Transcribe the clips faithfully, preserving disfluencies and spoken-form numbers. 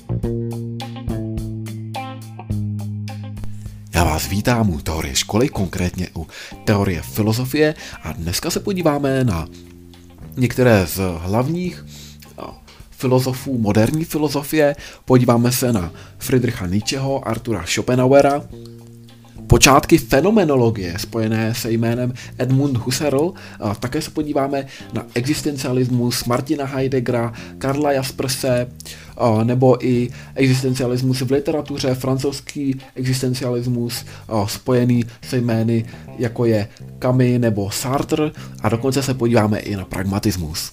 Já vás vítám u teorie školy, konkrétně u teorie filozofie a dneska se podíváme na některé z hlavních filozofů moderní filozofie. Podíváme se na Friedricha Nietzscheho, Artura Schopenhauera, počátky fenomenologie spojené se jménem Edmund Husserl, a také se podíváme na existencialismus Martina Heideggera, Karla Jasperse, a nebo i existencialismus v literatuře, francouzský existencialismus a spojený se jmény jako je Camus nebo Sartre, a dokonce se podíváme i na pragmatismus.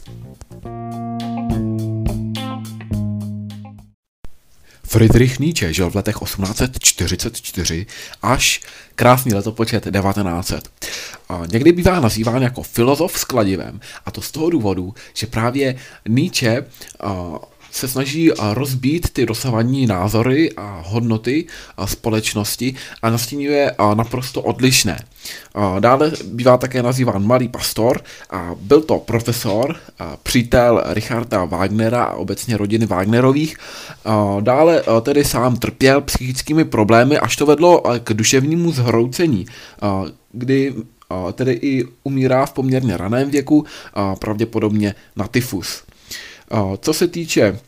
Friedrich Nietzsche žil v letech osmnáct set čtyřicet čtyři až krásný letopočet devatenáct set. Někdy bývá nazýván jako filozof s kladivem, a to z toho důvodu, že právě Nietzsche se snaží rozbít ty dosavadní názory a hodnoty společnosti a nastínuje naprosto odlišné. Dále bývá také nazýván malý pastor a byl to profesor, přítel Richarda Wagnera a obecně rodiny Wagnerových. Dále tedy sám trpěl psychickými problémy, až to vedlo k duševnímu zhroucení, kdy tedy i umírá v poměrně raném věku, pravděpodobně na tyfus. Co se týče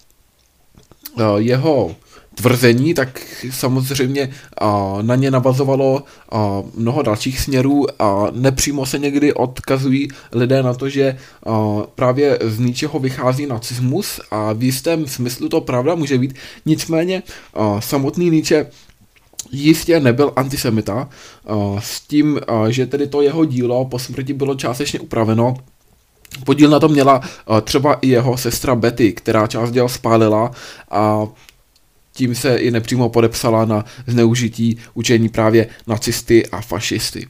jeho tvrzení, tak samozřejmě na ně navazovalo mnoho dalších směrů a nepřímo se někdy odkazují lidé na to, že právě z Nietzscheho vychází nacismus a v jistém smyslu to pravda může být. Nicméně samotný Nietzsche jistě nebyl antisemita, s tím, že tedy to jeho dílo po smrti bylo částečně upraveno. Podíl na to měla třeba i jeho sestra Betty, která část děl spálila a tím se i nepřímo podepsala na zneužití učení právě nacisty a fašisty.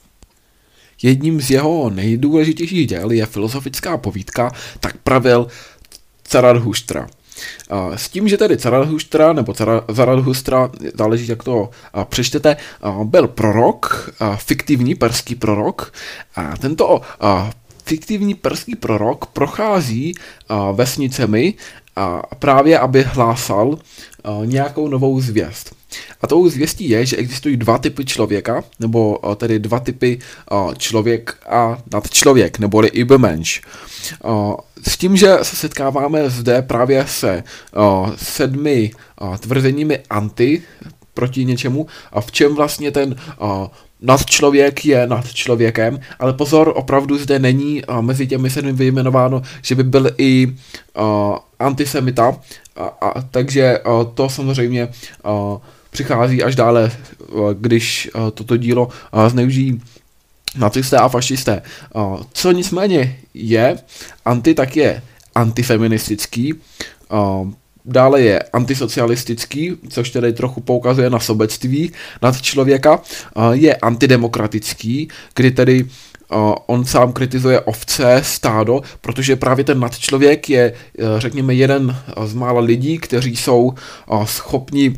Jedním z jeho nejdůležitějších děl je filozofická povídka Tak pravil Zarathustra. S tím, že tedy Zarathustra nebo Zarathustra, záleží, jak to přečtete, byl prorok, fiktivní perský prorok, a tento fiktivní perský prorok prochází uh, vesnicemi a uh, právě aby hlásal uh, nějakou novou zvěst. A tou zvěstí je, že existují dva typy člověka, nebo uh, tedy dva typy uh, člověk a nadčlověk, neboli Übermensch. Uh, s tím, že se setkáváme zde právě se uh, sedmi uh, tvrzeními anti proti něčemu, a v čem vlastně ten uh, nadčlověk je nad člověkem, ale pozor, opravdu zde není uh, mezi těmi sedmi vyjmenováno, že by byl i uh, antisemita, a, a, takže uh, to samozřejmě uh, přichází až dále, uh, když uh, toto dílo uh, zneužijí nacisté a fašisté. Uh, co nicméně je anti, tak je antifeministický, uh, dále je antisocialistický, což tedy trochu poukazuje na sobectví nad člověka, je antidemokratický, kdy tedy on sám kritizuje ovce, stádo, protože právě ten nadčlověk je, řekněme, jeden z mála lidí, kteří jsou schopni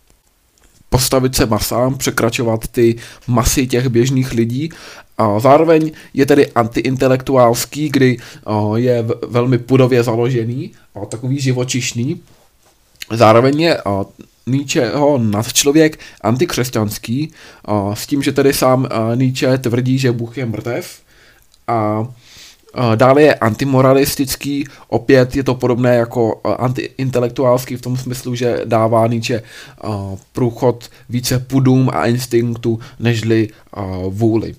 postavit se masám, překračovat ty masy těch běžných lidí. A zároveň je tedy antiintelektuálský, kdy je velmi pudově založený, takový živočišný. Zároveň je Nietzscheho nadčlověk antikřesťanský, s tím, že tedy sám Nietzsche tvrdí, že Bůh je mrtev. A dále je antimoralistický, opět je to podobné jako antiintelektuálský v tom smyslu, že dává Nietzsche průchod více pudům a instinktu nežli vůli.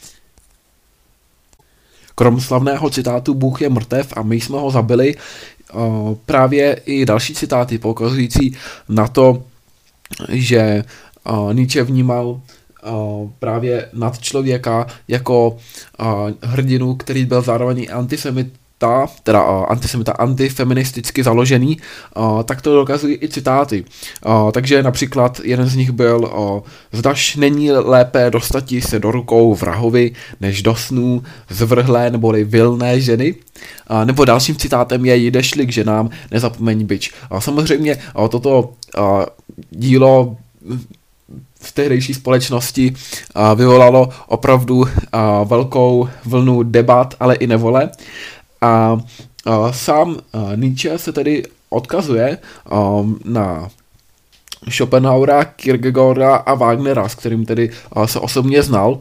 Krom slavného citátu Bůh je mrtev a my jsme ho zabili, právě i další citáty poukazující na to, že Nietzsche vnímal právě nadčlověka jako hrdinu, který byl zároveň antisemita, teda antisemita, antifeministicky založený, tak to dokazují i citáty. Takže například jeden z nich byl: zdaž není lépe dostati se do rukou vrahovi, než do snů zvrhlé neboli vilné ženy. Nebo dalším citátem je: jdeš-li k ženám, nezapomeň bič. Samozřejmě toto dílo v tehdejší společnosti vyvolalo opravdu velkou vlnu debat, ale i nevole. A sám Nietzsche se tedy odkazuje um, na Schopenhauera, Kierkegaarda a Wagnera, s kterým tedy uh, se osobně znal.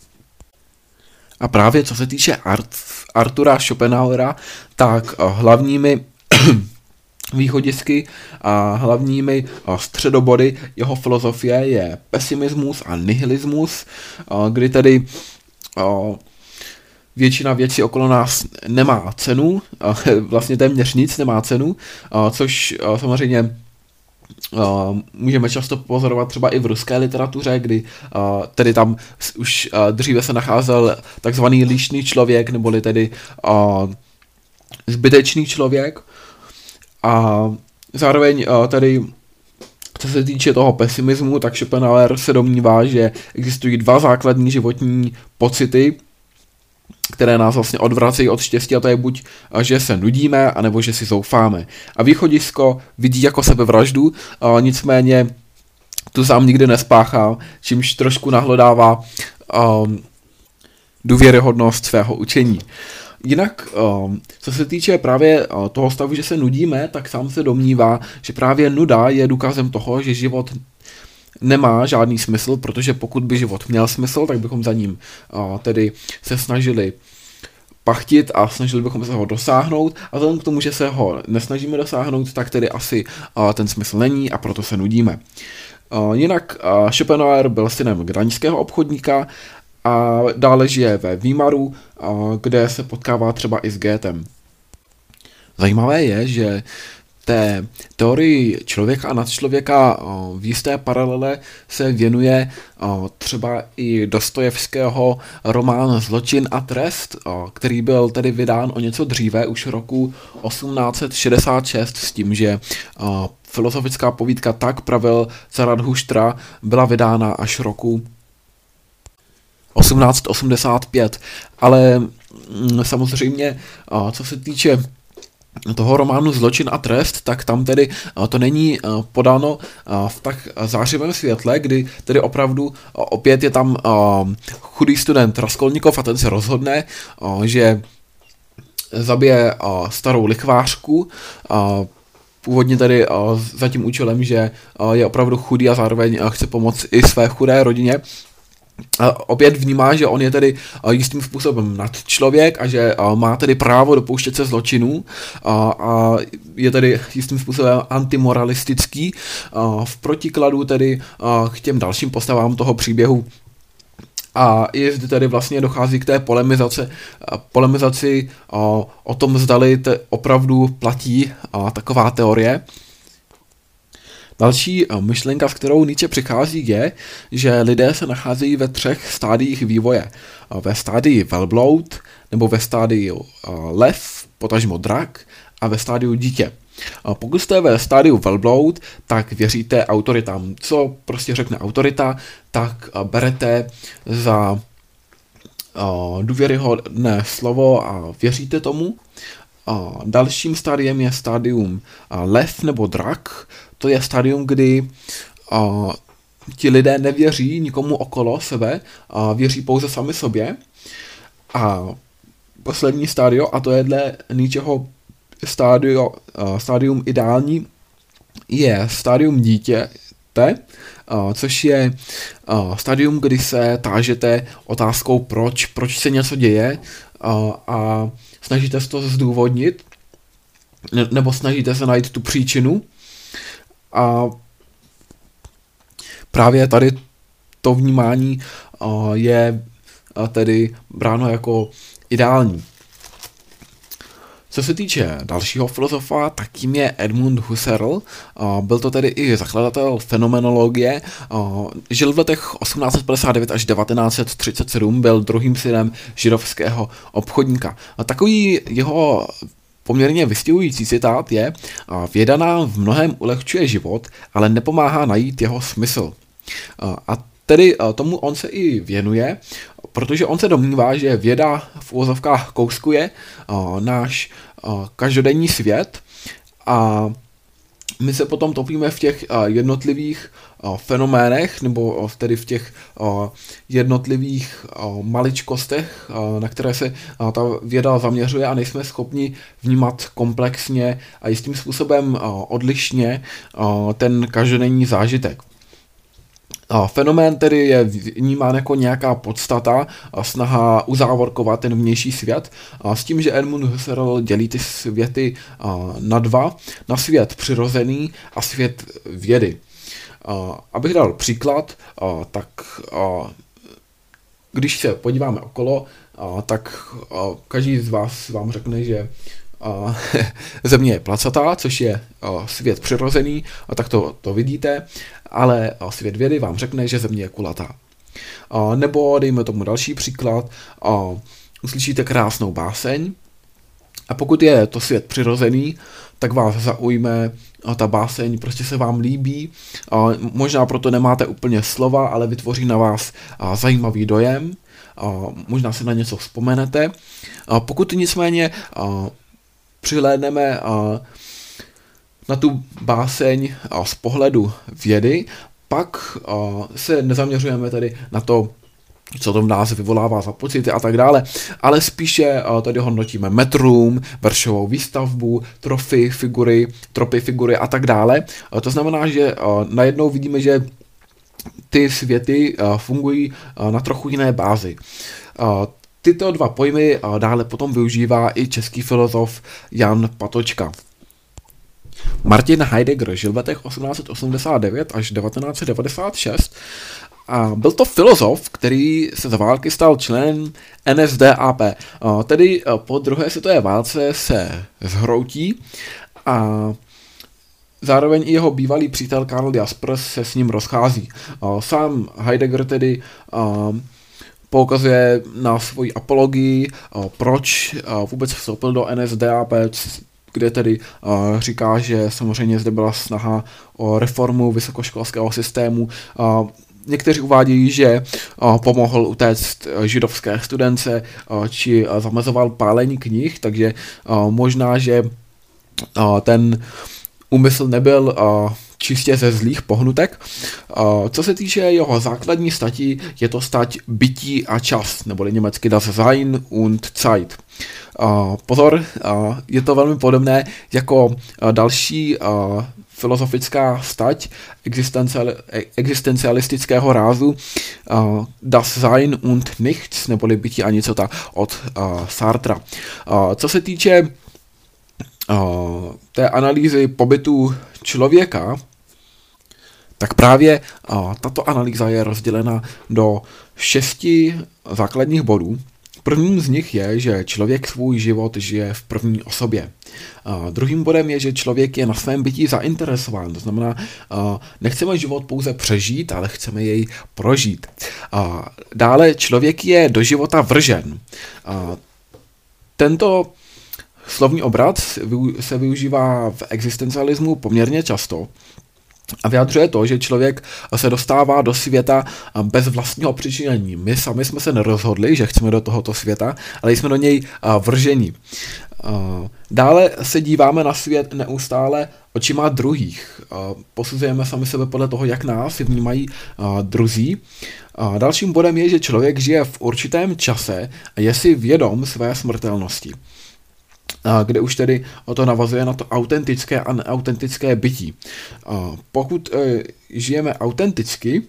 A právě co se týče Art, Artura Schopenhauera, tak uh, hlavními východisky a hlavními uh, středobody jeho filozofie je pesimismus a nihilismus, uh, kdy tedy uh, většina věcí okolo nás nemá cenu, vlastně téměř nic nemá cenu, což samozřejmě můžeme často pozorovat třeba i v ruské literatuře, kdy tedy tam už dříve se nacházel takzvaný líšný člověk, neboli tedy zbytečný člověk. A zároveň tady, co se týče toho pesimismu, tak Schopenhauer se domnívá, že existují dva základní životní pocity, které nás vlastně odvracejí od štěstí, a to je buď, že se nudíme, anebo že si zoufáme. A východisko vidí jako sebevraždu, a nicméně tu sám nikdy nespáchá, čímž trošku nahlodává um, důvěryhodnost svého učení. Jinak, um, co se týče právě uh, toho stavu, že se nudíme, tak sám se domnívá, že právě nuda je důkazem toho, že život nemá žádný smysl, protože pokud by život měl smysl, tak bychom za ním uh, tedy se snažili pachtit a snažili bychom se ho dosáhnout, a vzhledem k tomu, že se ho nesnažíme dosáhnout, tak tedy asi uh, ten smysl není a proto se nudíme. Uh, jinak uh, Schopenhauer byl synem gdaňského obchodníka a dále žije ve Výmaru, uh, kde se potkává třeba i s Goethem. Zajímavé je, že té teorii člověka a nadčlověka v jisté paralele se věnuje třeba i Dostojevského román Zločin a trest, který byl tedy vydán o něco dříve, už roku osmnáct set šedesát šest, s tím, že filozofická povídka Tak pravil Zarathuštra byla vydána až roku osmnáct set osmdesát pět. Ale samozřejmě, co se týče toho románu Zločin a trest, tak tam tedy to není podáno v tak zářivém světle, kdy tedy opravdu opět je tam chudý student Raskolnikov a ten se rozhodne, že zabije starou lichvářku, původně tedy za tím účelem, že je opravdu chudý a zároveň chce pomoct i své chudé rodině. A opět vnímá, že on je tedy jistým způsobem nadčlověk a že má tedy právo dopouštět se zločinů a, a je tedy jistým způsobem antimoralistický v protikladu tedy k těm dalším postavám toho příběhu. A i zde tedy vlastně dochází k té polemizaci, polemizaci o, o tom, zdali te opravdu platí taková teorie. Další myšlenka, s kterou Nietzsche přichází, je, že lidé se nacházejí ve třech stádiích vývoje. Ve stádii velbloud, nebo ve stádiu lev, potažmo drak, a ve stádiu dítě. Pokud jste ve stádiu velbloud, tak věříte autoritám. Co prostě řekne autorita, tak berete za důvěryhodné slovo a věříte tomu. Dalším stádiem je stádium lev nebo drak. To je stádium, kdy uh, ti lidé nevěří nikomu okolo sebe, a uh, věří pouze sami sobě. A poslední stádio, a to je dle Nietzscheho stádio, uh, stádium ideální, je stádium dítěte, uh, což je uh, stádium, kdy se tážete otázkou proč, proč se něco děje, uh, a snažíte se to zdůvodnit, ne- nebo snažíte se najít tu příčinu. A právě tady to vnímání uh, je uh, tedy bráno jako ideální. Co se týče dalšího filozofa, tak tím je Edmund Husserl. Uh, byl to tedy i zakladatel fenomenologie. Uh, žil v letech osmnáct set padesát devět až devatenáct set třicet sedm, byl druhým synem židovského obchodníka. A takový jeho poměrně vystihující citát je: věda nám v mnohem ulehčuje život, ale nepomáhá najít jeho smysl. A tedy tomu on se i věnuje, protože on se domnívá, že věda v uvozovkách kouskuje náš každodenní svět a My se potom topíme v těch uh, jednotlivých uh, fenoménech, nebo uh, tedy v těch uh, jednotlivých uh, maličkostech, uh, na které se uh, ta věda zaměřuje a nejsme schopni vnímat komplexně a jistým způsobem uh, odlišně uh, ten každodenní zážitek. A fenomén tedy je vnímán jako nějaká podstata a snaha uzávorkovat ten vnější svět a s tím, že Edmund Husserl dělí ty světy na dva, na svět přirozený a svět vědy. A abych dal příklad, a tak a když se podíváme okolo, a tak a každý z vás vám řekne, že a Země je placatá, což je a, svět přirozený, a tak to, to vidíte, ale a, svět vědy vám řekne, že Země je kulatá. A, nebo dejme tomu další příklad, a, uslyšíte krásnou báseň a pokud je to svět přirozený, tak vás zaujme a ta báseň, prostě se vám líbí, a možná proto nemáte úplně slova, ale vytvoří na vás a, zajímavý dojem, a možná se na něco vzpomenete. A pokud nicméně a, přihlédneme a, na tu báseň a, z pohledu vědy, pak a, se nezaměřujeme tady na to, co to v nás vyvolává za pocity a tak dále, ale spíše a, tady hodnotíme metrum, veršovou výstavbu, trofy, figury, tropy, figury a tak dále. A to znamená, že a, najednou vidíme, že ty světy a, fungují a, na trochu jiné bázi. A, Tyto dva pojmy dále potom využívá i český filozof Jan Patočka. Martin Heidegger žil v letech osmnáct set osmdesát devět až devatenáct set devadesát šest a byl to filozof, který se za války stal členem N S D A P. Tedy po druhé světové válce se zhroutí a zároveň i jeho bývalý přítel Karl Jaspers se s ním rozchází. Sám Heidegger tedy poukazuje na svoji apologii, proč vůbec vstoupil do N S D A P, kde tedy říká, že samozřejmě zde byla snaha o reformu vysokoškolského systému. Někteří uvádějí, že pomohl utéct židovské studence, či zamezoval pálení knih, takže možná, že ten úmysl nebyl čistě ze zlých pohnutek. Co se týče jeho základní stati, je to stať bytí a čas, neboli německy das Sein und Zeit. Pozor, je to velmi podobné jako další filozofická stať existencialistického rázu das Sein und Nichts, neboli bytí a nicota od Sartra. Co se týče Uh, té analýzy pobytu člověka, tak právě uh, tato analýza je rozdělena do šesti základních bodů. Prvním z nich je, že člověk svůj život žije v první osobě. Uh, druhým bodem je, že člověk je na svém bytí zainteresován, to znamená, uh, nechceme život pouze přežít, ale chceme jej prožít. Uh, dále člověk je do života vržen. Uh, tento Slovní obrat se využívá v existencialismu poměrně často a vyjadřuje to, že člověk se dostává do světa bez vlastního přičinění. My sami jsme se nerozhodli, že chceme do tohoto světa, ale jsme do něj vrženi. Dále se díváme na svět neustále očima druhých. Posuzujeme sami sebe podle toho, jak nás vnímají druzí. Dalším bodem je, že člověk žije v určitém čase a je si vědom své smrtelnosti, kde už tedy to navazuje na to autentické a neautentické bytí. Pokud žijeme autenticky,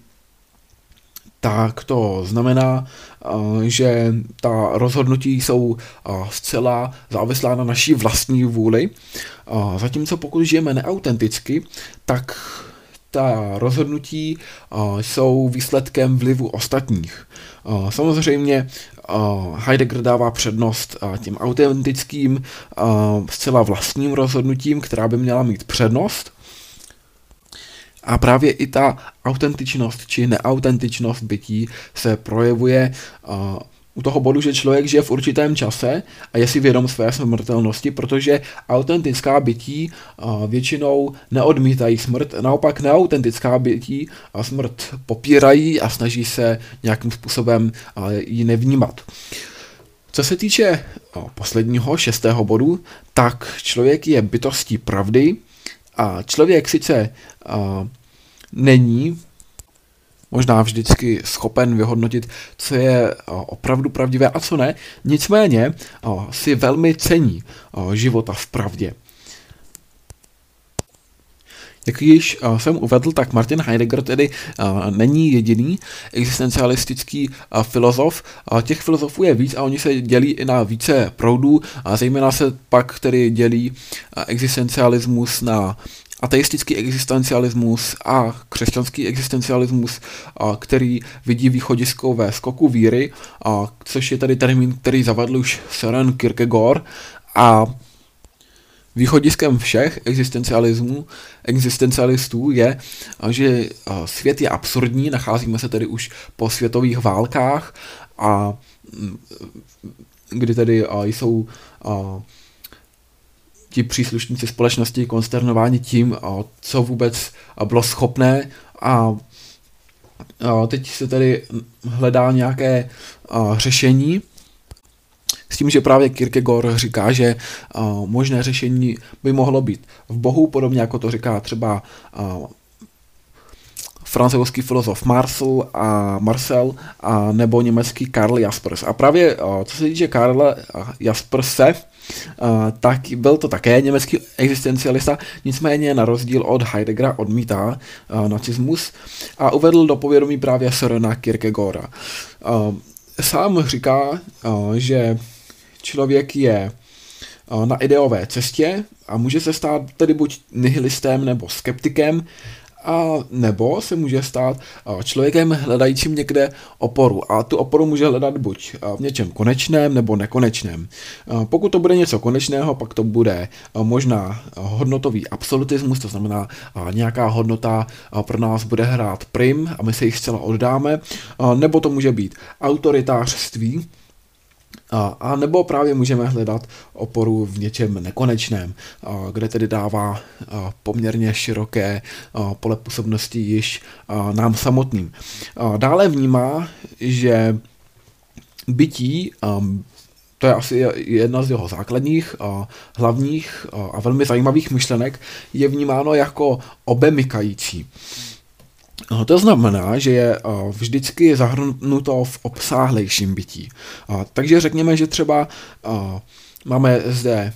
tak to znamená, že ta rozhodnutí jsou zcela závislá na naší vlastní vůli, zatímco pokud žijeme neautenticky, tak ta rozhodnutí jsou výsledkem vlivu ostatních. Samozřejmě Heidegger dává přednost těm autentickým, zcela vlastním rozhodnutím, která by měla mít přednost. A právě i ta autentičnost či neautentičnost bytí se projevuje u toho bodu, že člověk žije v určitém čase a je si vědom své smrtelnosti, protože autentická bytí většinou neodmítají smrt, naopak neautentická bytí a smrt popírají a snaží se nějakým způsobem ji nevnímat. Co se týče posledního, šestého bodu, tak člověk je bytostí pravdy A člověk sice a, není možná vždycky schopen vyhodnotit, co je opravdu pravdivé a co ne, nicméně si velmi cení života v pravdě. Jak již jsem uvedl, tak Martin Heidegger tedy není jediný existencialistický filozof. Těch filozofů je víc a oni se dělí i na více proudů, a zejména se pak tedy dělí existencialismus na ateistický existencialismus a křesťanský existencialismus, který vidí východisko ve skoku víry, což je tedy termín, který zavedl už Søren Kierkegaard, a východiskem všech existencialismů, existencialistů je, že svět je absurdní, nacházíme se tedy už po světových válkách, a kdy tedy jsou ti příslušníci společnosti konsternováni tím, co vůbec bylo schopné, a teď se tedy hledá nějaké řešení, s tím, že právě Kierkegaard říká, že možné řešení by mohlo být v Bohu, podobně jako to říká třeba francouzský filozof Marcel a Marcel a nebo německý Karl Jaspers. A právě co se týče Karla Jasperse, tak byl to také německý existencialista, nicméně na rozdíl od Heideggera odmítá nacismus a uvedl do povědomí právě Sørena Kierkegaarda. Sám říká, že člověk je na ideové cestě a může se stát tedy buď nihilistem nebo skeptikem, a nebo se může stát člověkem hledajícím někde oporu. A tu oporu může hledat buď v něčem konečném nebo nekonečném. Pokud to bude něco konečného, pak to bude možná hodnotový absolutismus, to znamená nějaká hodnota pro nás bude hrát prim a my se jich zcela oddáme, nebo to může být autoritářství, A, a nebo právě můžeme hledat oporu v něčem nekonečném, a, kde tedy dává a, poměrně široké a, pole působnosti již a, nám samotným. A, dále vnímá, že bytí, a, to je asi jedna z jeho základních, a, hlavních a, a velmi zajímavých myšlenek, je vnímáno jako obemykající. To znamená, že je vždycky zahrnuto v obsáhlejším bytí. Takže řekněme, že třeba máme zde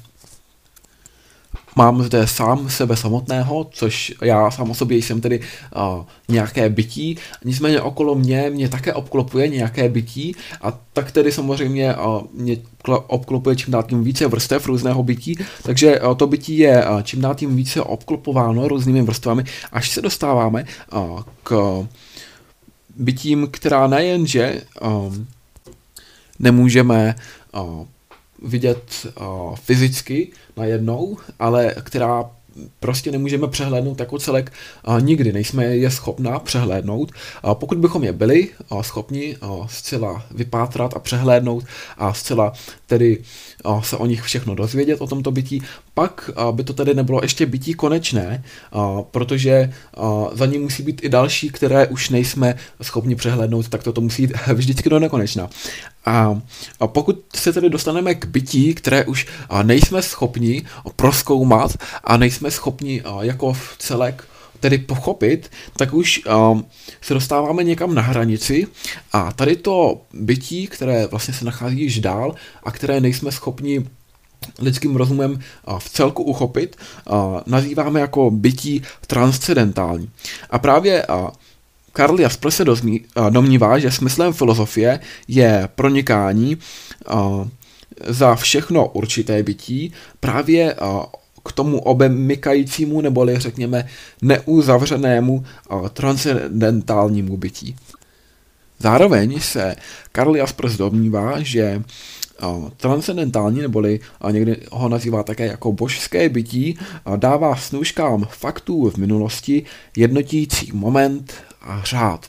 Mám zde sám sebe samotného, což já sám o sobě jsem tedy uh, nějaké bytí, nicméně okolo mě mě také obklopuje nějaké bytí, a tak tedy samozřejmě uh, mě obklopuje čím dál tím více vrstev různého bytí, takže uh, to bytí je uh, čím dál tím více obklopováno různými vrstvami, až se dostáváme uh, k bytím, která nejenže um, nemůžeme uh, vidět uh, fyzicky najednou, ale která prostě nemůžeme přehlédnout jako celek, uh, nikdy nejsme je schopná přehlédnout. Uh, pokud bychom je byli uh, schopni uh, zcela vypátrat a přehlédnout a zcela tedy uh, se o nich všechno dozvědět o tomto bytí, pak uh, by to tedy nebylo ještě bytí konečné, uh, protože uh, za ním musí být i další, které už nejsme schopni přehlédnout, tak to, to musí jít vždycky do nekonečna. A, a pokud se tedy dostaneme k bytí, které už a, nejsme schopni prozkoumat a nejsme schopni a, jako celek tedy pochopit, tak už a, se dostáváme někam na hranici, a tady to bytí, které vlastně se nachází již dál a které nejsme schopni lidským rozumem a, v celku uchopit, a, nazýváme jako bytí transcendentální. A právě a, Karl Jaspers se domnívá, že smyslem filozofie je pronikání uh, za všechno určité bytí právě uh, k tomu obemykajícímu, neboli řekněme neuzavřenému uh, transcendentálnímu bytí. Zároveň se Karl Jaspers domnívá, že uh, transcendentální, neboli uh, někdy ho nazývá také jako božské bytí, uh, dává snůškám faktů v minulosti jednotící moment a řád.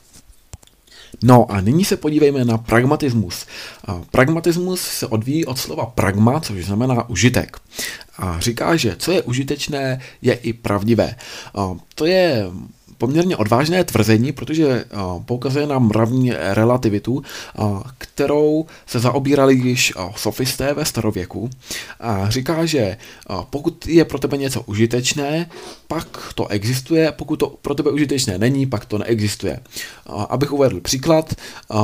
No a nyní se podívejme na pragmatismus. Pragmatismus se odvíjí od slova pragma, což znamená užitek. A říká, že co je užitečné, je i pravdivé. To je poměrně odvážné tvrzení, protože poukazuje na mravní relativitu, kterou se zaobírali již sofisté ve starověku, a říká, že pokud je pro tebe něco užitečné, pak to existuje, pokud to pro tebe užitečné není, pak to neexistuje. Abych uvedl příklad,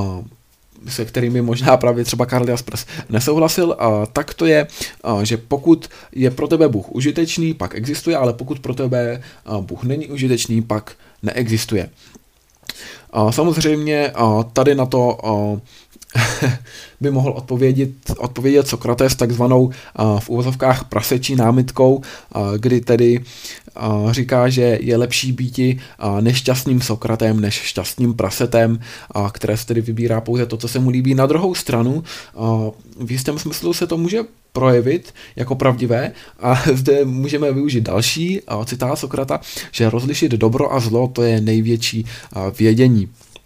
se kterými možná právě třeba Karl Jaspers nesouhlasil, a tak to je, a, že pokud je pro tebe Bůh užitečný, pak existuje, ale pokud pro tebe a, Bůh není užitečný, pak neexistuje. A, samozřejmě a, tady na to a, by mohl odpovědět, odpovědět Sokrates takzvanou a, v uvozovkách prasečí námitkou, a, kdy tedy a, říká, že je lepší býti a, nešťastným Sokratem než šťastným prasetem, a, které se tedy vybírá pouze to, co se mu líbí. Na druhou stranu, a, v jistém smyslu se to může projevit jako pravdivé, a zde můžeme využít další a, citát Sokrata, že rozlišit dobro a zlo, to je největší a, vědění.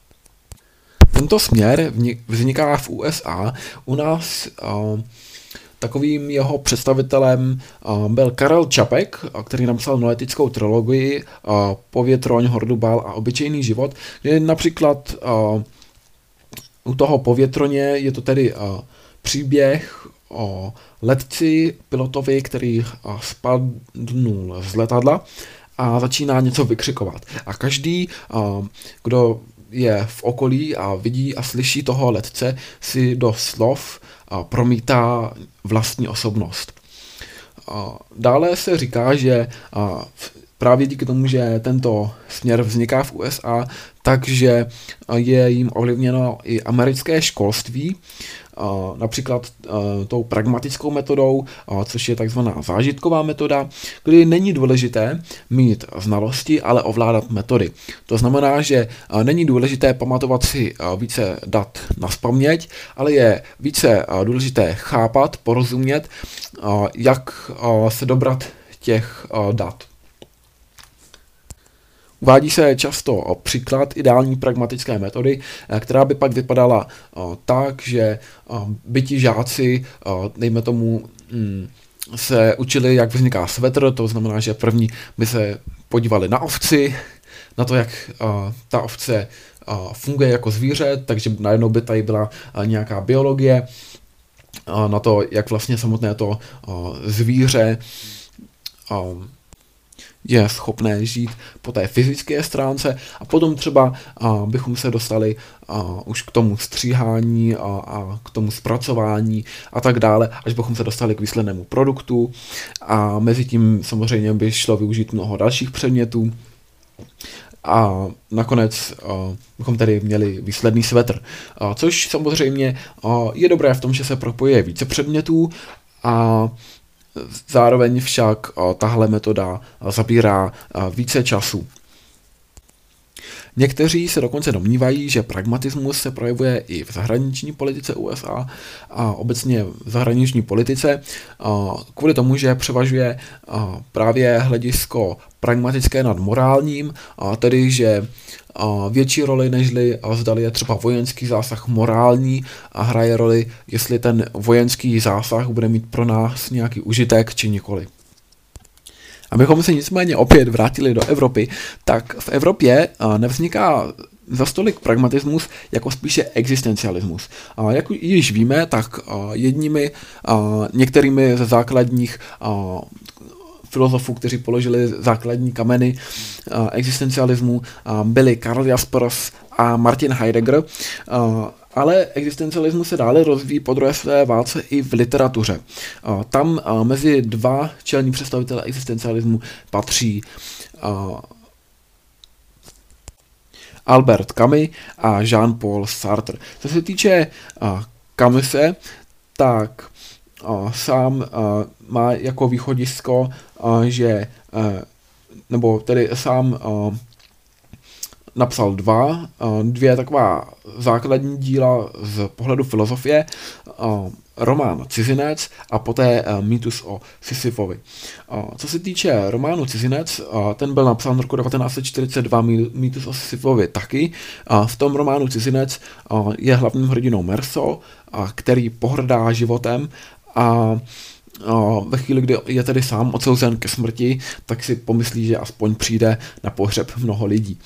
Tento směr vzniká v U S A. U nás uh, takovým jeho představitelem uh, byl Karel Čapek, uh, který napsal noetickou trilogii uh, Povětroň, Hordubal a Obyčejný život, kde například uh, u toho Povětroně je to tedy uh, příběh o letci, pilotovi, který uh, spadnul z letadla a začíná něco vykřikovat. A každý, uh, kdo je v okolí a vidí a slyší toho letce, si do slov a promítá vlastní osobnost. A dále se říká, že a právě díky tomu, že tento směr vzniká v U S A, takže je jim ovlivněno i americké školství, například tou pragmatickou metodou, což je takzvaná zážitková metoda, kdy není důležité mít znalosti, ale ovládat metody. To znamená, že není důležité pamatovat si více dat nazpaměť, ale je více důležité chápat, porozumět, jak se dobrat těch dat. Uvádí se často příklad ideální pragmatické metody, která by pak vypadala tak, že by ti žáci, dejme tomu, se učili, jak vzniká svetr, to znamená, že první by se podívali na ovci, na to, jak ta ovce funguje jako zvíře, takže najednou by tady byla nějaká biologie, na to, jak vlastně samotné to zvíře je schopné žít po té fyzické stránce, a potom třeba a, bychom se dostali a, už k tomu stříhání a, a k tomu zpracování a tak dále, až bychom se dostali k výslednému produktu, a mezi tím samozřejmě by šlo využít mnoho dalších předmětů a nakonec a, bychom tady měli výsledný svetr, a, což samozřejmě a, je dobré v tom, že se propojuje více předmětů, a zároveň však tahle metoda zabírá více času. Někteří se dokonce domnívají, že pragmatismus se projevuje i v zahraniční politice U S A a obecně v zahraniční politice kvůli tomu, že převažuje právě hledisko pragmatické nad morálním, tedy že větší roli, nežli zdali je třeba vojenský zásah morální, a hraje roli, jestli ten vojenský zásah bude mít pro nás nějaký užitek či nikoli. Abychom se nicméně opět vrátili do Evropy, tak v Evropě nevzniká za stolik pragmatismus jako spíše existencialismus. A jak již víme, tak jedními, některými ze základních filozofů, kteří položili základní kameny existencialismu, byli Karl Jaspers a Martin Heidegger, ale existencialismus se dále rozvíjí po druhé světové válce i v literatuře. Tam mezi dva čelní představitele existencialismu patří Albert Camus a Jean-Paul Sartre. Co se týče Camuse, tak sám má jako východisko, že, nebo tedy sám napsal dva, dvě taková základní díla z pohledu filozofie, román Cizinec a poté mýtus o Sisyfovi. Co se týče románu Cizinec, ten byl napsán v roku devatenáct set čtyřicet dva, mýtus o Sisyfovi taky. V tom románu Cizinec je hlavním hrdinou Merso, který pohrdá životem a ve chvíli, kdy je tedy sám odsouzen ke smrti, tak si pomyslí, že aspoň přijde na pohřeb mnoho lidí.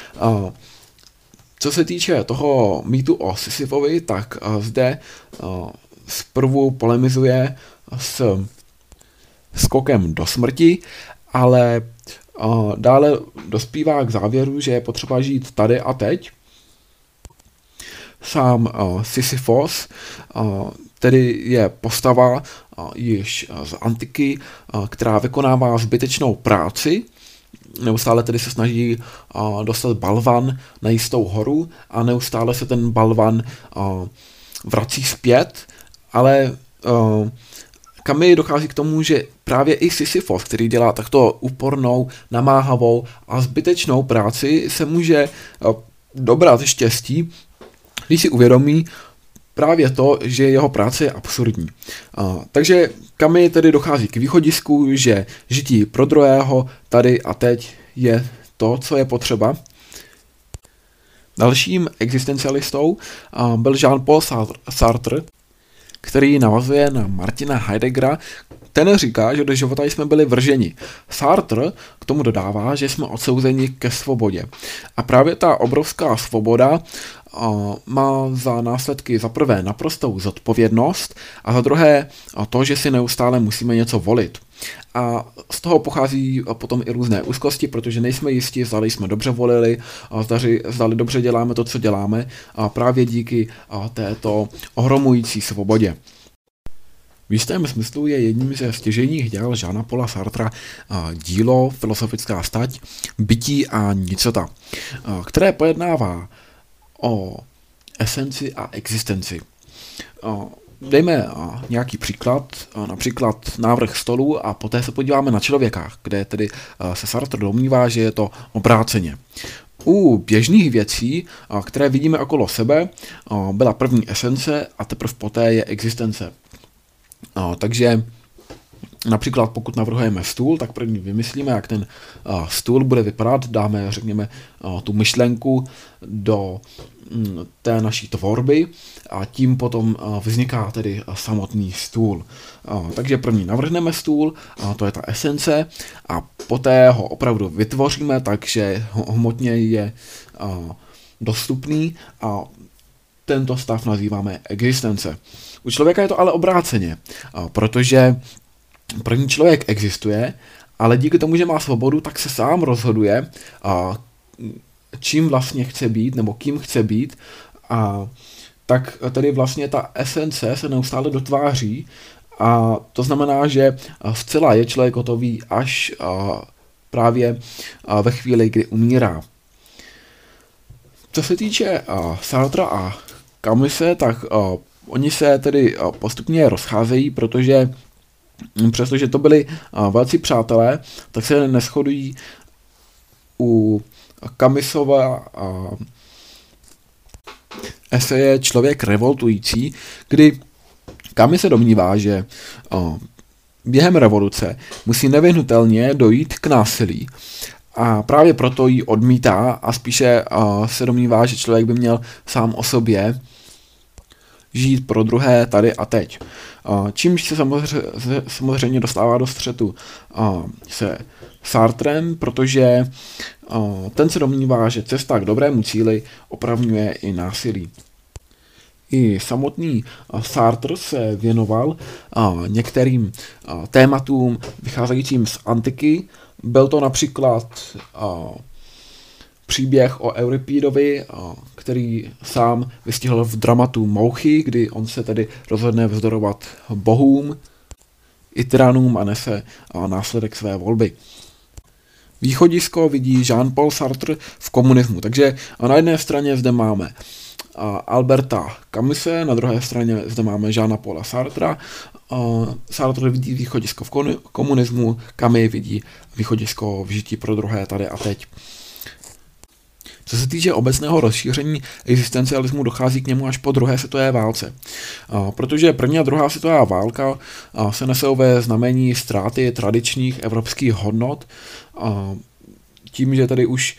Co se týče toho mýtu o Sisyfovi, tak zde zprvu polemizuje s skokem do smrti, ale dále dospívá k závěru, že je potřeba žít tady a teď. Sám Sisyfos tedy je postava již z antiky, která vykonává zbytečnou práci, neustále tedy se snaží dostat balvan na jistou horu a neustále se ten balvan vrací zpět, ale Kami dochází k tomu, že právě i Sisyfos, který dělá takto úpornou, namáhavou a zbytečnou práci, se může dobrat štěstí, když si uvědomí právě to, že jeho práce je absurdní. Takže Kami tedy dochází k východisku, že žití pro druhého tady a teď je to, co je potřeba. Dalším existencialistou byl Jean-Paul Sartre, který navazuje na Martina Heideggera. Ten říká, že do života jsme byli vrženi. Sartre k tomu dodává, že jsme odsouzeni ke svobodě. A právě ta obrovská svoboda má za následky za prvé naprostou zodpovědnost a za druhé to, že si neustále musíme něco volit. A z toho pochází potom i různé úzkosti, protože nejsme jistí, zdali jsme dobře volili, zdali, zdali dobře děláme to, co děláme, a právě díky této ohromující svobodě. V jistém smyslu je jedním ze stěžejních děl Jeana Paula Sartra dílo Filozofická stať, bytí a nicota, které pojednává o esenci a existenci. Dejme nějaký příklad, například návrh stolu a poté se podíváme na člověka, kde tedy se Sartre domnívá, že je to obráceně. U běžných věcí, které vidíme okolo sebe, byla první esence a teprve poté je existence. Takže například pokud navrhujeme stůl, tak první vymyslíme, jak ten stůl bude vypadat, dáme, řekněme, tu myšlenku do té naší tvorby a tím potom vzniká tedy samotný stůl. Takže první navrhneme stůl, to je ta esence, a poté ho opravdu vytvoříme, takže hmotně je dostupný a tento stav nazýváme existence. U člověka je to ale obráceně, protože první člověk existuje, ale díky tomu, že má svobodu, tak se sám rozhoduje, čím vlastně chce být, nebo kým chce být, a tak tedy vlastně ta esence se neustále dotváří, a to znamená, že zcela je člověk hotový až právě ve chvíli, kdy umírá. Co se týče Sartra a Camus'e, tak oni se tedy postupně rozcházejí, protože přestože to byli velcí přátelé, tak se neshodují u Camus'ova eseje Člověk revoltující, kdy Camus se domnívá, že během revoluce musí nevyhnutelně dojít k násilí. A právě proto ji odmítá a spíše se domnívá, že člověk by měl sám o sobě žít pro druhé tady a teď. Čímž se samozřejmě dostává do střetu se Sartrem, protože ten se domnívá, že cesta k dobrému cíli opravňuje i násilí. I samotný Sartre se věnoval některým tématům vycházejícím z antiky. Byl to například příběh o Euripidovi, který sám vystihl v dramatu Mouchy, kdy on se tedy rozhodne vzdorovat bohům i tyranům a nese následek své volby. Východisko vidí Jean-Paul Sartre v komunismu, takže na jedné straně zde máme Alberta Camus'e, na druhé straně zde máme Jeana Paula Sartra. Sartre vidí východisko v komunismu, Camus vidí východisko v žití pro druhé tady a teď. Co se týče obecného rozšíření existencialismu, dochází k němu až po druhé světové válce. Protože první a druhá světová válka se nesou ve znamení ztráty tradičních evropských hodnot, tím, že tady už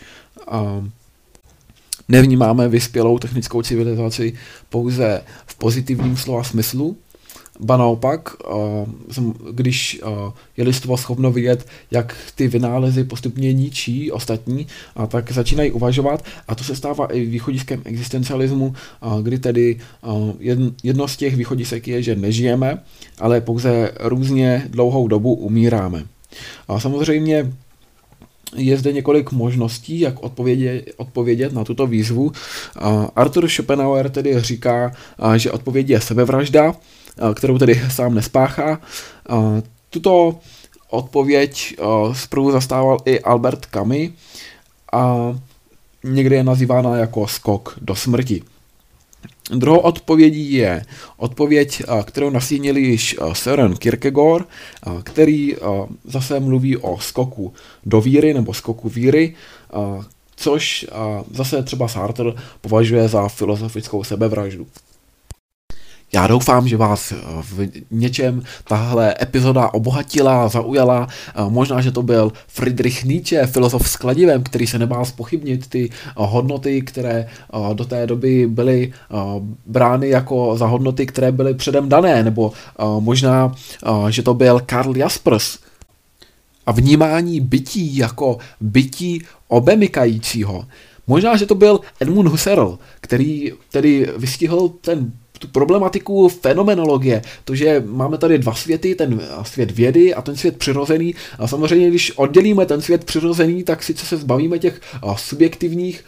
nevnímáme vyspělou technickou civilizaci pouze v pozitivním slova smyslu, Ba naopak, když je lidstvo schopno vidět, jak ty vynálezy postupně ničí ostatní, tak začínají uvažovat, a to se stává i východiskem existencialismu, kdy tedy jedno z těch východisek je, že nežijeme, ale pouze různě dlouhou dobu umíráme. A samozřejmě je zde několik možností, jak odpovědět, odpovědět na tuto výzvu. Arthur Schopenhauer tedy říká, že odpověď je sebevražda, kterou tedy sám nespáchá. Tuto odpověď zprvu zastával i Albert Camus a někdy je nazývána jako skok do smrti. Druhou odpovědí je odpověď, kterou nasínil již Søren Kierkegaard, který zase mluví o skoku do víry nebo skoku víry, což zase třeba Sartre považuje za filozofickou sebevraždu. Já doufám, že vás v něčem tahle epizoda obohatila, zaujala. Možná, že to byl Friedrich Nietzsche, filozof s kladivem, který se nebál zpochybnit ty hodnoty, které do té doby byly brány jako za hodnoty, které byly předem dané. Nebo možná, že to byl Karl Jaspers a vnímání bytí jako bytí obemykajícího. Možná, že to byl Edmund Husserl, který tedy vystihl ten tu problematiku fenomenologie, to, že máme tady dva světy, ten svět vědy a ten svět přirozený. A samozřejmě, když oddělíme ten svět přirozený, tak sice se zbavíme těch subjektivních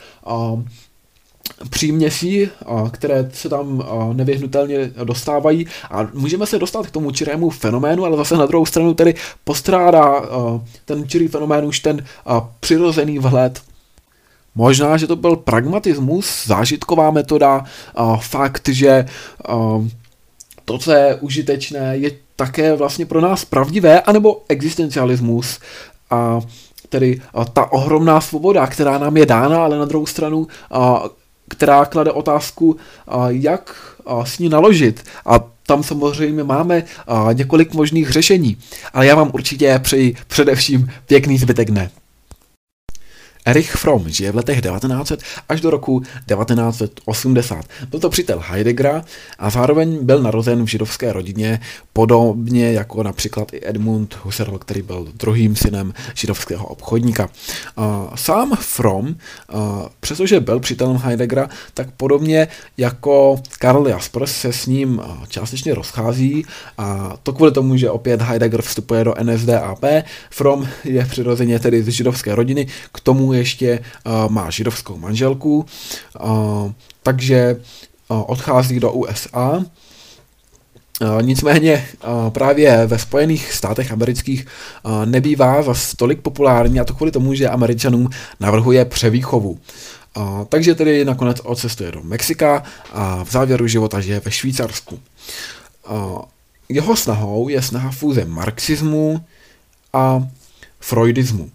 příměsí, které se tam nevyhnutelně dostávají, a můžeme se dostat k tomu čirému fenoménu, ale zase na druhou stranu tedy postrádá ten čirý fenomén už ten přirozený vhled. Možná, že to byl pragmatismus, zážitková metoda, a fakt, že a, to, co je užitečné, je také vlastně pro nás pravdivé, anebo existencialismus, a tedy a ta ohromná svoboda, která nám je dána, ale na druhou stranu, a, která klade otázku, a, jak a, s ní naložit. A tam samozřejmě máme a, několik možných řešení, ale já vám určitě přeji především pěkný zbytek dne. Erich Fromm žije v letech devatenáct set až do roku devatenáct set osmdesát. Byl to přítel Heideggera a zároveň byl narozen v židovské rodině, podobně jako například i Edmund Husserl, který byl druhým synem židovského obchodníka. Sám Fromm, přestože byl přítelem Heideggera, tak podobně jako Karl Jaspers se s ním částečně rozchází, a to kvůli tomu, že opět Heidegger vstupuje do N S D A P. Fromm je přirozeně tedy z židovské rodiny, k tomu ještě uh, má židovskou manželku, uh, takže uh, odchází do U S A. Uh, nicméně uh, právě ve Spojených státech amerických uh, nebývá zas tolik populární, a to kvůli tomu, že Američanům navrhuje převýchovu. Uh, takže tedy nakonec odcestuje do Mexika a v závěru života žije ve Švýcarsku. Uh, jeho snahou je snaha fúze marxismu a freudismu.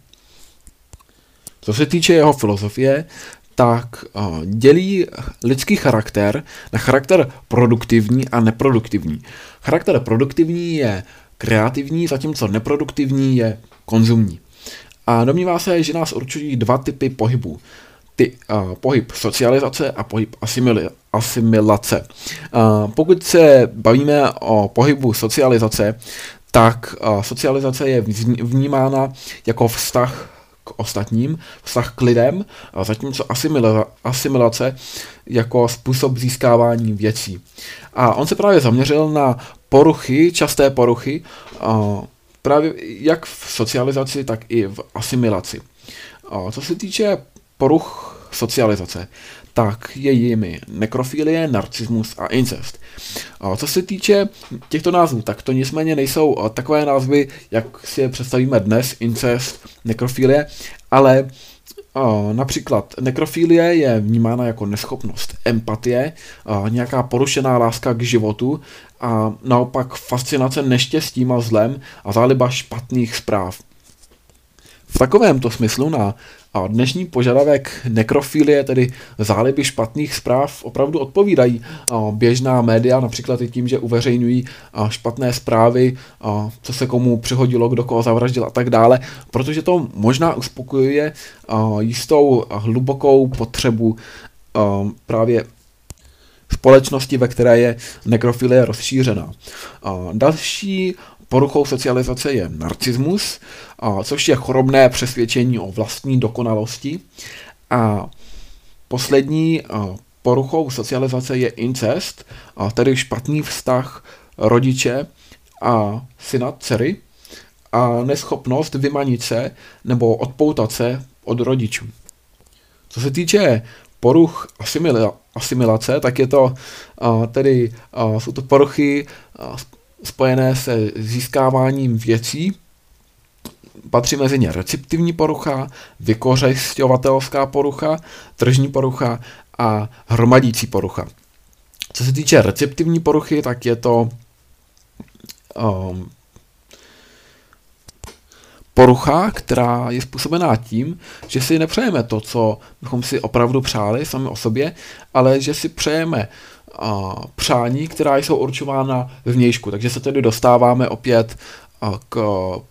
Co se týče jeho filozofie, tak uh, dělí lidský charakter na charakter produktivní a neproduktivní. Charakter produktivní je kreativní, zatímco neproduktivní je konzumní. A domnívá se, že nás určují dva typy pohybů. Ty, uh, pohyb socializace a pohyb asimili- asimilace. Uh, pokud se bavíme o pohybu socializace, tak uh, socializace je vnímána jako vztah k ostatním, vztah k lidem, zatímco asimila, asimilace jako způsob získávání věcí. A on se právě zaměřil na poruchy, časté poruchy, právě jak v socializaci, tak i v asimilaci. Co se týče poruch socializace, tak je jimi nekrofilie, narcismus a incest. Co se týče těchto názvů, tak to nicméně nejsou takové názvy, jak si je představíme dnes, incest, nekrofilie, ale například nekrofilie je vnímána jako neschopnost empatie, nějaká porušená láska k životu a naopak fascinace neštěstím a zlem a záliba špatných zpráv. V takovémto smyslu na dnešní požadavek nekrofilie, tedy záliby špatných zpráv, opravdu odpovídají běžná média, například i tím, že uveřejňují špatné zprávy, co se komu přihodilo, kdo koho zavraždil a tak dále, protože to možná uspokojuje jistou hlubokou potřebu právě společnosti, ve které je nekrofilie rozšířená. Další poruchou socializace je narcismus, což je chorobné přesvědčení o vlastní dokonalosti. A poslední poruchou socializace je incest, tedy špatný vztah rodiče a syna, dcery, a neschopnost vymanit se nebo odpoutat se od rodičů. Co se týče poruch asimila- asimilace, tak je to a, tedy a, jsou to poruchy a, spojené se získáváním věcí. Patří mezi ně receptivní porucha, vykořisťovatelská porucha, tržní porucha a hromadící porucha. Co se týče receptivní poruchy, tak je to um, porucha, která je způsobená tím, že si nepřejeme to, co bychom si opravdu přáli sami o sobě, ale že si přejeme a, přání, která jsou určována vnějšku. Takže se tedy dostáváme opět a, k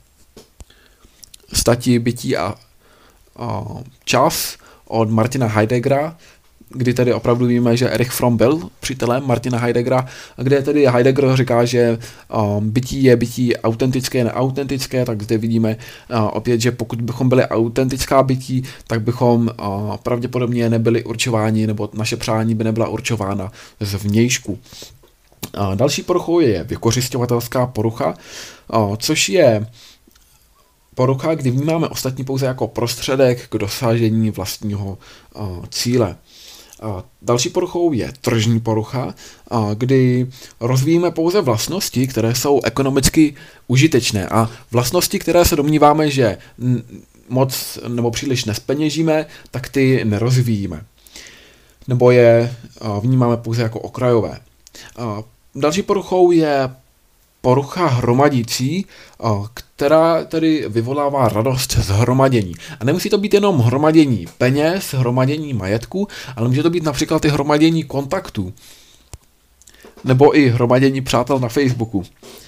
stati bytí a, a čas od Martina Heideggera, kdy tedy opravdu víme, že Erich Fromm byl přítelem Martina Heideggera, kde tedy Heidegger říká, že um, bytí je bytí autentické, neautentické, tak zde vidíme uh, opět, že pokud bychom byli autentická bytí, tak bychom uh, pravděpodobně nebyli určováni, nebo naše přání by nebyla určována z vnějšku. Uh, další poruchou je vykořisťovatelská porucha, uh, což je porucha, kdy vnímáme ostatní pouze jako prostředek k dosažení vlastního uh, cíle. A další poruchou je tržní porucha, a kdy rozvíjíme pouze vlastnosti, které jsou ekonomicky užitečné, a vlastnosti, které se domníváme, že moc nebo příliš nespeněžíme, tak ty nerozvíjíme. Nebo je vnímáme pouze jako okrajové. A další poruchou je porucha hromadící, která tedy vyvolává radost z hromadění. A nemusí to být jenom hromadění peněz, hromadění majetku, ale může to být například i hromadění kontaktů. Nebo i hromadění přátel na Facebooku.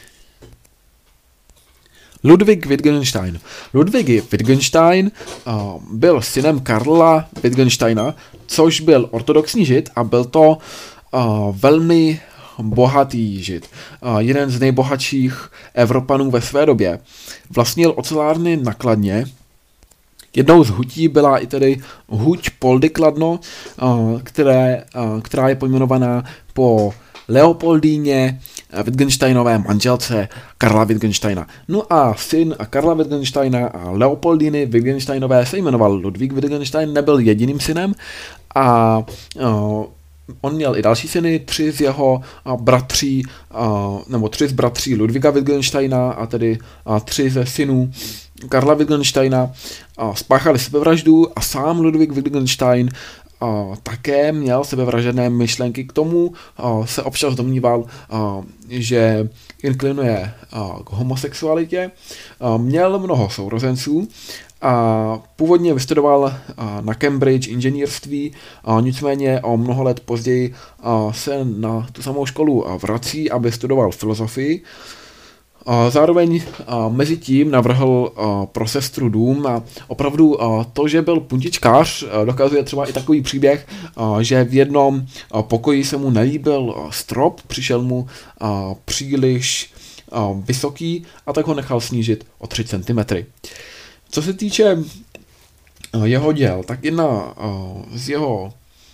Ludwig Wittgenstein. Ludwig Wittgenstein uh, byl synem Karla Wittgensteina, což byl ortodoxní žid a byl to uh, velmi bohatý žid. Uh, jeden z nejbohatších Evropanů ve své době. Vlastnil ocelárny na Kladně. Jednou z hutí byla i tedy huť Poldy Kladno, uh, které, uh, která je pojmenovaná po Leopoldíně Wittgensteinové manželce Karla Wittgensteina. No a syn a Karla Wittgensteina a Leopoldíny Wittgensteinové se jmenoval Ludwig Wittgenstein, nebyl jediným synem a uh, on měl i další syny, tři z jeho uh, bratří, uh, nebo tři z bratří Ludwiga Wittgensteina a tedy uh, tři ze synů Karla Wittgensteina uh, spáchali sebevraždu a sám Ludwig Wittgenstein Uh, také měl sebevražedné myšlenky. K tomu uh, se občas domníval, uh, že inklinuje uh, k homosexualitě. Uh, měl mnoho sourozenců a původně vystudoval uh, na Cambridge inženýrství, uh, nicméně o mnoho let později uh, se na tu samou školu uh, vrací, aby studoval filozofii. Zároveň mezi tím navrhl pro sestru dům a opravdu to, že byl puntičkář, dokazuje třeba i takový příběh, že v jednom pokoji se mu nelíbil strop, přišel mu příliš vysoký a tak ho nechal snížit o tři centimetry. Co se týče jeho děl, tak jedna z jeho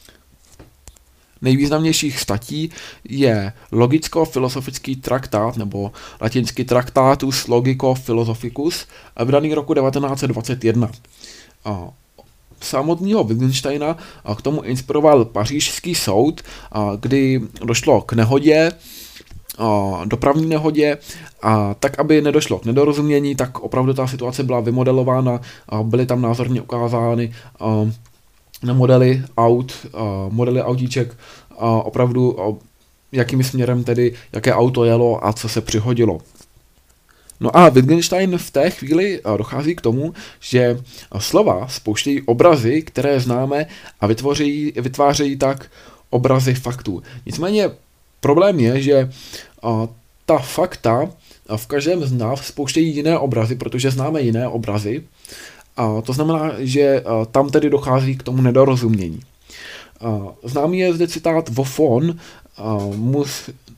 nejvýznamnějších statí je logicko-filozofický traktát, nebo latinsky Tractatus Logico-Philosophicus, vydaný roku devatenáct dvacet jedna. Samotného Wittgensteina k tomu inspiroval pařížský soud, kdy došlo k nehodě, dopravní nehodě, a tak, aby nedošlo k nedorozumění, tak opravdu ta situace byla vymodelována, byly tam názorně ukázány na modely aut, uh, modely autíček, uh, opravdu uh, jakým směrem tedy, jaké auto jelo a co se přihodilo. No a Wittgenstein v té chvíli uh, dochází k tomu, že uh, slova spouštějí obrazy, které známe, a vytvoří, vytvářejí tak obrazy faktů. Nicméně problém je, že uh, ta fakta uh, v každém z nás spouštějí jiné obrazy, protože známe jiné obrazy. A to znamená, že tam tedy dochází k tomu nedorozumění. Známý je zde citát Wofon, mus